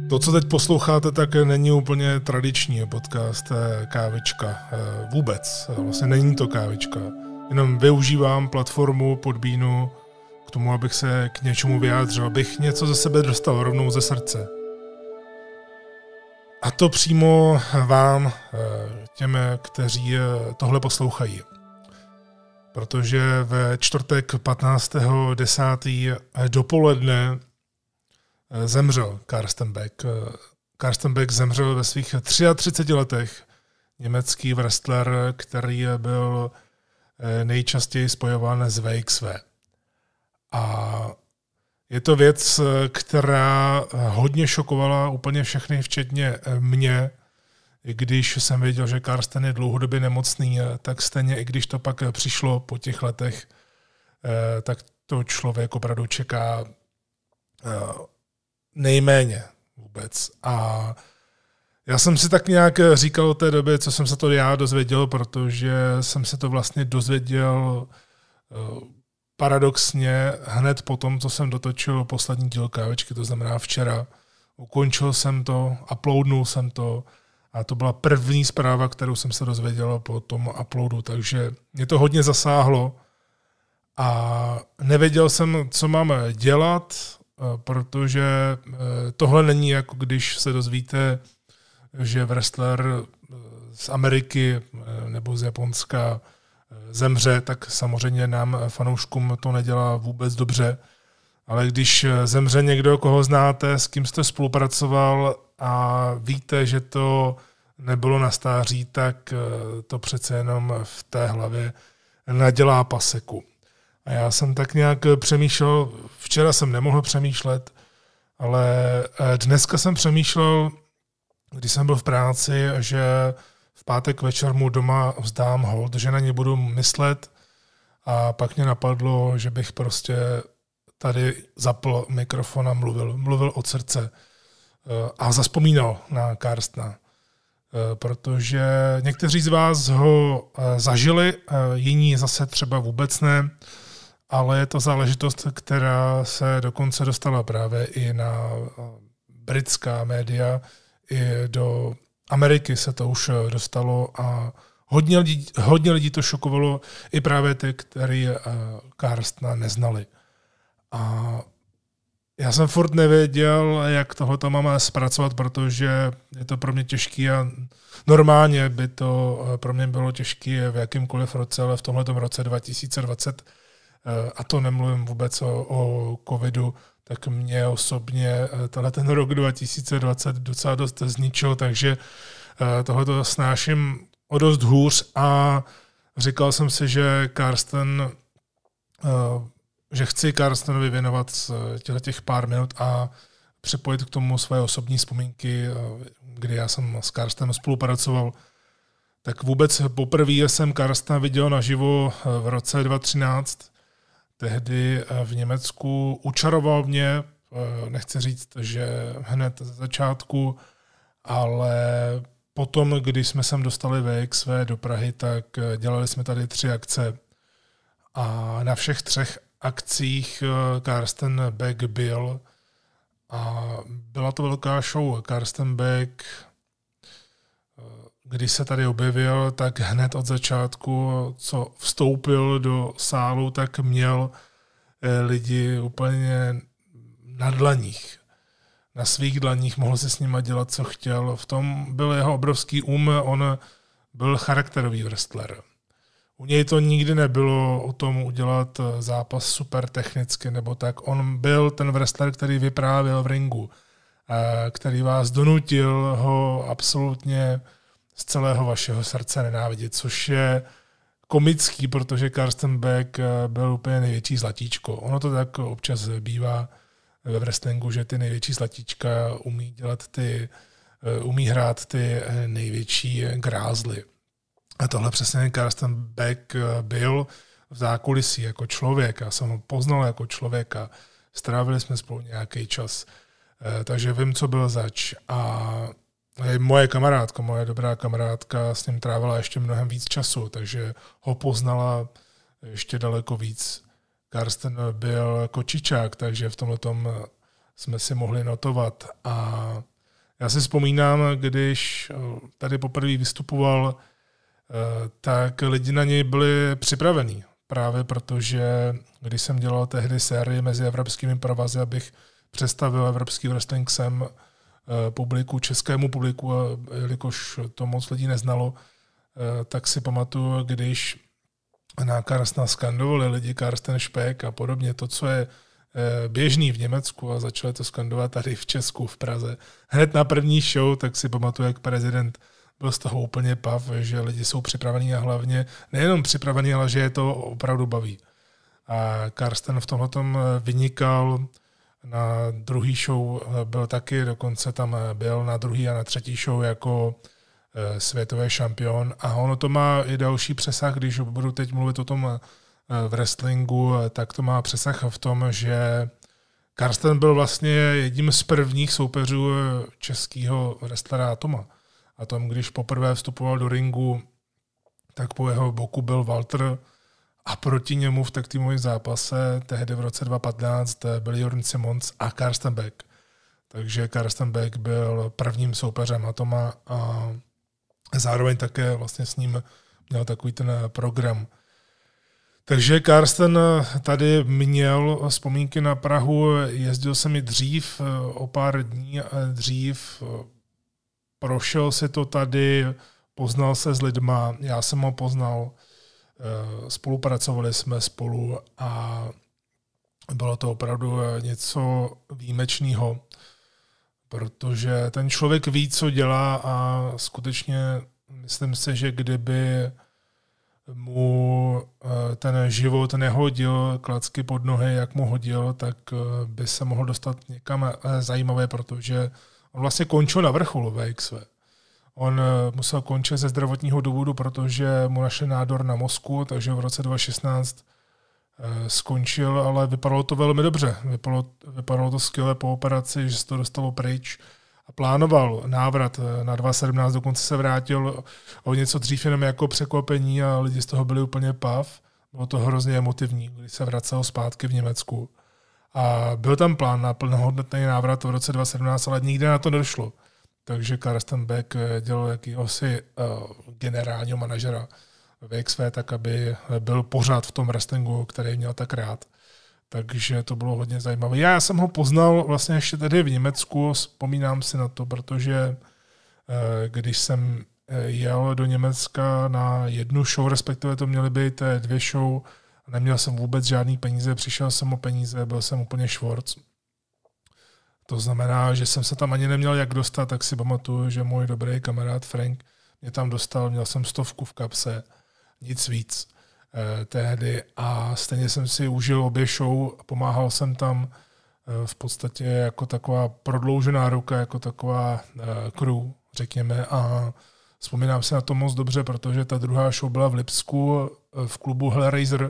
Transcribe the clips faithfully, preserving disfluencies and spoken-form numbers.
To, co teď posloucháte, tak není úplně tradiční podcast Kávička. Vůbec. Vlastně není to Kávička. Jenom využívám platformu Podbeanu k tomu, abych se k něčemu vyjádřil, abych něco ze sebe dostal rovnou ze srdce. A to přímo vám, těm, kteří tohle poslouchají. Protože ve čtvrtek patnáctého desátého dopoledne zemřel Carsten Beck. Carsten Beck zemřel ve svých třiatřiceti třech letech. Německý wrestler, který byl nejčastěji spojován s V X V. A je to věc, která hodně šokovala úplně všechny, včetně mě. I když jsem věděl, že Carsten je dlouhodobě nemocný, tak stejně, i když to pak přišlo po těch letech, tak to člověk opravdu čeká nejméně vůbec. A já jsem si tak nějak říkal od té doby, co jsem se to já dozvěděl, protože jsem se to vlastně dozvěděl paradoxně hned po tom, co jsem dotočil poslední díl Kávičky, to znamená včera. Ukončil jsem to, uploadnul jsem to a to byla první zpráva, kterou jsem se dozvěděl po tom uploadu, takže mě to hodně zasáhlo a nevěděl jsem, co mám dělat, protože tohle není jako když se dozvíte, že wrestler z Ameriky nebo z Japonska zemře, tak samozřejmě nám fanouškům to nedělá vůbec dobře. Ale když zemře někdo, koho znáte, s kým jste spolupracoval a víte, že to nebylo na stáří, tak to přece jenom v té hlavě nadělá paseku. A já jsem tak nějak přemýšlel, včera jsem nemohl přemýšlet, ale dneska jsem přemýšlel, když jsem byl v práci, že v pátek večer mu doma vzdám hold, že na ně budu myslet a pak mě napadlo, že bych prostě tady zapl mikrofon a mluvil, mluvil od srdce a zazpomínal na Carstena, protože někteří z vás ho zažili, jiní zase třeba vůbec ne, ale je to záležitost, která se dokonce dostala právě i na britská média, i do Ameriky se to už dostalo a hodně lidí, hodně lidí to šokovalo, i právě ty, kteří Carstena neznali. A já jsem furt nevěděl, jak tohleto mám zpracovat, protože je to pro mě těžký a normálně by to pro mě bylo těžké v jakýmkoliv roce, ale v tomhletom roce dva tisíce dvacet, a to nemluvím vůbec o, o covidu, tak mě osobně tenhle ten rok dva tisíce dvacet docela dost zničil, takže tohleto snáším o dost hůř a říkal jsem si, že Carsten, že chci Carstenovi věnovat těch pár minut a připojit k tomu své osobní vzpomínky, kdy já jsem s Carstenem spolupracoval. Tak vůbec poprvé jsem Carstena viděl naživo v roce dva tisíce třináct. Tehdy v Německu učaroval mě, nechci říct, že hned ze začátku, ale potom, když jsme sem dostali V X V do Prahy, tak dělali jsme tady tři akce a na všech třech akcích Carsten Beck byl a byla to velká show. Carsten Beck, když se tady objevil, tak hned od začátku, co vstoupil do sálu, tak měl lidi úplně na dlaních. Na svých dlaních mohl si s nima dělat, co chtěl. V tom byl jeho obrovský um, on byl charakterový wrestler. U něj to nikdy nebylo o tom udělat zápas super technicky nebo tak. On byl ten wrestler, který vyprávěl v ringu, který vás donutil ho absolutně z celého vašeho srdce nenávidět, což je komický, protože Carsten Beck byl úplně největší zlatíčko. Ono to tak občas bývá ve wrestlingu, že ty největší zlatíčka umí dělat ty, umí hrát ty největší grázly. A tohle přesně Carsten Beck byl v zákulisí jako člověk. Já jsem ho poznal jako člověka. Strávili jsme spolu nějaký čas. Takže vím, co byl zač. A moje kamarádka, moje dobrá kamarádka s ním trávila ještě mnohem víc času, takže ho poznala ještě daleko víc. Carsten byl kočičák, takže v tomhletom jsme si mohli notovat. A Já si vzpomínám, když tady poprvé vystupoval, tak lidi na něj byli připravení. Právě protože, když jsem dělal tehdy sérii mezi evropskými provazy, abych představil evropský wrestling sem publiku, českému publiku, a jelikož to moc lidí neznalo, tak si pamatuju, když na Karstena skandovali lidi Karsten Speck a podobně, to, co je běžný v Německu a začali to skandovat tady v Česku, v Praze. Hned na první show, tak si pamatuju, jak prezident byl z toho úplně pav, že lidi jsou připravení a hlavně nejenom připravení, ale že je to opravdu baví. A Karsten v tomhletom vynikal. Na druhý show byl taky, dokonce tam byl na druhý a na třetí show jako světový šampion. A ono to má i další přesah, když budu teď mluvit o tom v wrestlingu, tak to má přesah v tom, že Karsten byl vlastně jedním z prvních soupeřů českého wrestlera Atoma. A tom, když poprvé vstupoval do ringu, tak po jeho boku byl Walter a proti němu v tag teamovém zápase tehdy v roce dva tisíce patnáct byl Jorn Simmons a Karsten Beck. Takže Karsten Beck byl prvním soupeřem Atoma a zároveň také vlastně s ním měl takový ten program. Takže Karsten tady měl vzpomínky na Prahu, jezdil jsem i dřív, o pár dní dřív, prošel si to tady, poznal se s lidma, já jsem ho poznal, spolupracovali jsme spolu a bylo to opravdu něco výjimečného, protože ten člověk ví, co dělá a skutečně myslím si, že kdyby mu ten život nehodil klacky pod nohy, jak mu hodil, tak by se mohl dostat někam zajímavé, protože on vlastně končil na vrcholu V X V. On musel končit ze zdravotního důvodu, protože mu našli nádor na mozku, takže v roce dva tisíce šestnáct skončil, ale vypadalo to velmi dobře. Vypadalo, vypadalo to skvěle po operaci, že se to dostalo pryč a plánoval návrat na dva tisíce sedmnáct, dokonce se vrátil o něco dřív jenom jako překvapení a lidi z toho byli úplně pav. Bylo to hrozně emotivní, když se vracel zpátky v Německu. A byl tam plán na plnohodnotný návrat v roce dva tisíce sedmnáct, ale nikdy na to nedošlo. Takže Karsten Beck dělal jakýhosi uh, generálního manažera V X V, tak aby byl pořád v tom wrestlingu, který měl tak rád. Takže to bylo hodně zajímavé. Já jsem ho poznal vlastně ještě tady v Německu, vzpomínám si na to, protože uh, když jsem jel do Německa na jednu show, respektive to měly být dvě show, neměl jsem vůbec žádný peníze, přišel jsem o peníze, byl jsem úplně švorc. To znamená, že jsem se tam ani neměl jak dostat, tak si pamatuju, že můj dobrý kamarád Frank mě tam dostal, měl jsem stovku v kapse, nic víc eh, tehdy a stejně jsem si užil obě show, pomáhal jsem tam eh, v podstatě jako taková prodloužená ruka, jako taková eh, crew, řekněme, a vzpomínám si na to moc dobře, protože ta druhá show byla v Lipsku eh, v klubu Hellraiser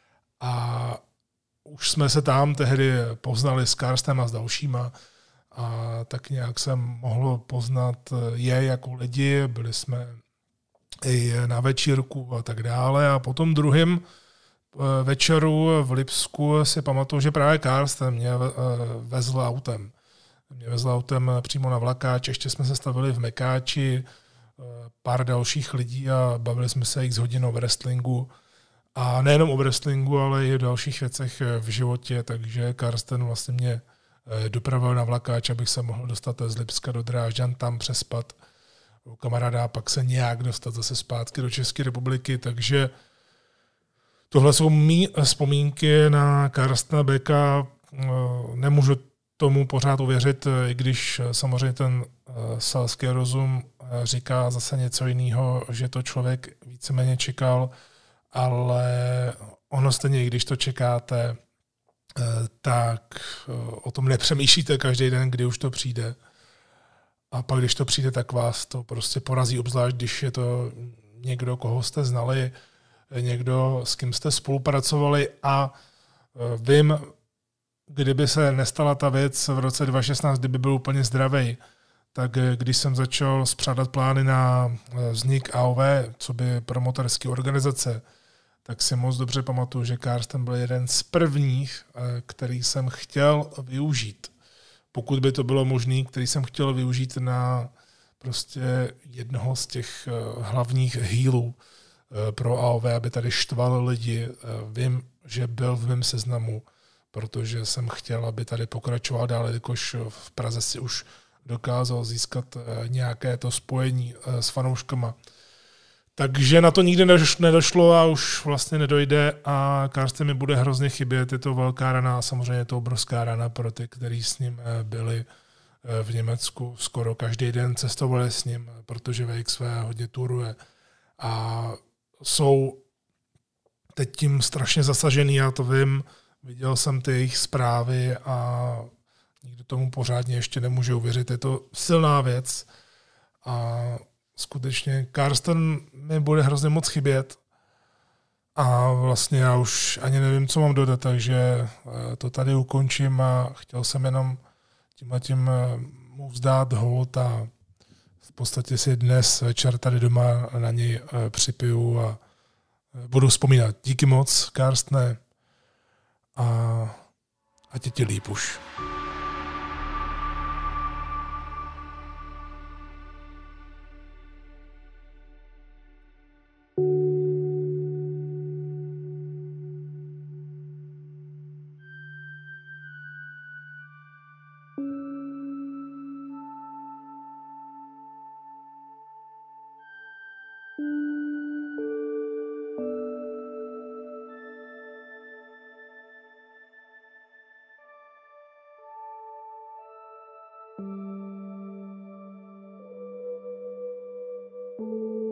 a už jsme se tam tehdy poznali s Karstenem a s dalšíma a tak nějak jsem mohl poznat je jako lidi, byli jsme i na večírku a tak dále a potom druhým večeru v Lipsku si pamatuju, že právě Karsten mě vezl autem. Mě vezl autem přímo na Vlakáč, ještě jsme se stavili v Mekáči, pár dalších lidí a bavili jsme se x hodin o wrestlingu. A nejenom o wrestlingu, ale i o dalších věcech v životě, takže Karsten vlastně mě dopravil na Vlakáč, abych se mohl dostat z Lipska do Drážďan, tam přespat u kamaráda a pak se nějak dostat zase zpátky do České republiky, takže tohle jsou mý vzpomínky na Karstena Becka. Nemůžu tomu pořád uvěřit, i když samozřejmě ten selský rozum říká zase něco jiného, že to člověk víceméně čekal, ale ono stejně, když to čekáte, tak o tom nepřemýšlíte každý den, kdy už to přijde. A pak, když to přijde, tak vás to prostě porazí, obzvlášť, když je to někdo, koho jste znali, někdo, s kým jste spolupracovali a vím, kdyby se nestala ta věc v roce dva tisíce šestnáct, kdyby byl úplně zdravý, tak když jsem začal spřádat plány na vznik A O V, co by promotorské organizace, tak si moc dobře pamatuju, že Karsten byl jeden z prvních, který jsem chtěl využít. pokud by to bylo možné, který jsem chtěl využít na prostě jednoho z těch hlavních healů pro A O V, aby tady štval lidi. Vím, že byl v mém seznamu, protože jsem chtěl, aby tady pokračoval dál, jakož v Praze si už dokázal získat nějaké to spojení s fanouškama. Takže na to nikdy nedošlo a už vlastně nedojde a Karsten mi bude hrozně chybět. Je to velká rana a samozřejmě je to obrovská rana pro ty, kteří s ním byli v Německu. Skoro každý den cestovali s ním, protože V X V hodně turuje. A jsou teď tím strašně zasažený, já to vím. Viděl jsem ty jejich zprávy a nikdo tomu pořádně ještě nemůže uvěřit. Je to silná věc a skutečně Karsten mi bude hrozně moc chybět a vlastně já už ani nevím, co mám dodat, takže to tady ukončím a chtěl jsem jenom tímhletím mu vzdát hold a v podstatě si dnes večer tady doma na něj připiju a budu vzpomínat. Díky moc, Karstne, a ať je ti líp už. Thank you.